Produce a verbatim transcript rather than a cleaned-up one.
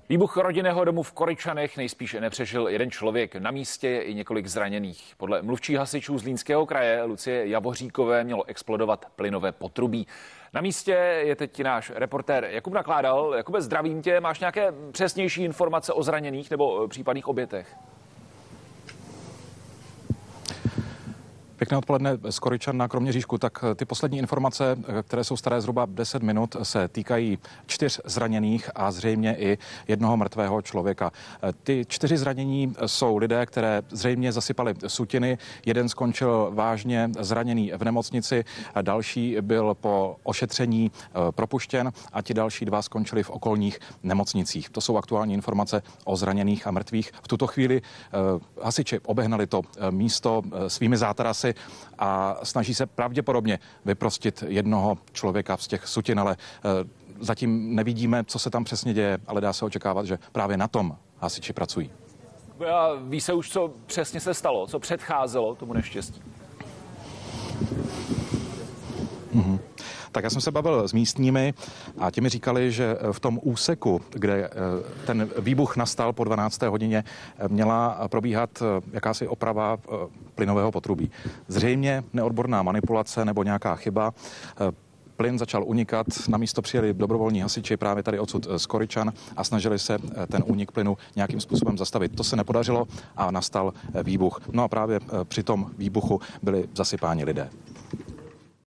Výbuch rodinného domu v Koryčanech nejspíše nepřežil jeden člověk. Na místě je i několik zraněných. Podle mluvčí hasičů Zlínského kraje Lucie Javoříkové mělo explodovat plynové potrubí. Na místě je teď náš reportér Jakub Nakládal. Jakube, zdravím tě. Máš nějaké přesnější informace o zraněných nebo případných obětech? Pěkné odpoledne z Koryčan na Kroměřížku. Tak ty poslední informace, které jsou staré zhruba deset minut, se týkají čtyř zraněných a zřejmě i jednoho mrtvého člověka. Ty čtyři zranění jsou lidé, které zřejmě zasypali sutiny. Jeden skončil vážně zraněný v nemocnici, další byl po ošetření propuštěn a ti další dva skončili v okolních nemocnicích. To jsou aktuální informace o zraněných a mrtvých. V tuto chvíli hasiči obehnali to místo svými zátarasy a snaží se pravděpodobně vyprostit jednoho člověka z těch sutin, ale zatím nevidíme, co se tam přesně děje, ale dá se očekávat, že právě na tom hasiči pracují. A ví se už, co přesně se stalo, co předcházelo tomu neštěstí? Mm-hmm. Tak já jsem se bavil s místními a ti mi říkali, že v tom úseku, kde ten výbuch nastal po dvanácté hodině, měla probíhat jakási oprava plynového potrubí. Zřejmě neodborná manipulace nebo nějaká chyba. Plyn začal unikat, na místo přijeli dobrovolní hasiči právě tady odsud z Koryčan a snažili se ten únik plynu nějakým způsobem zastavit. To se nepodařilo a nastal výbuch. No a právě při tom výbuchu byli zasypáni lidé.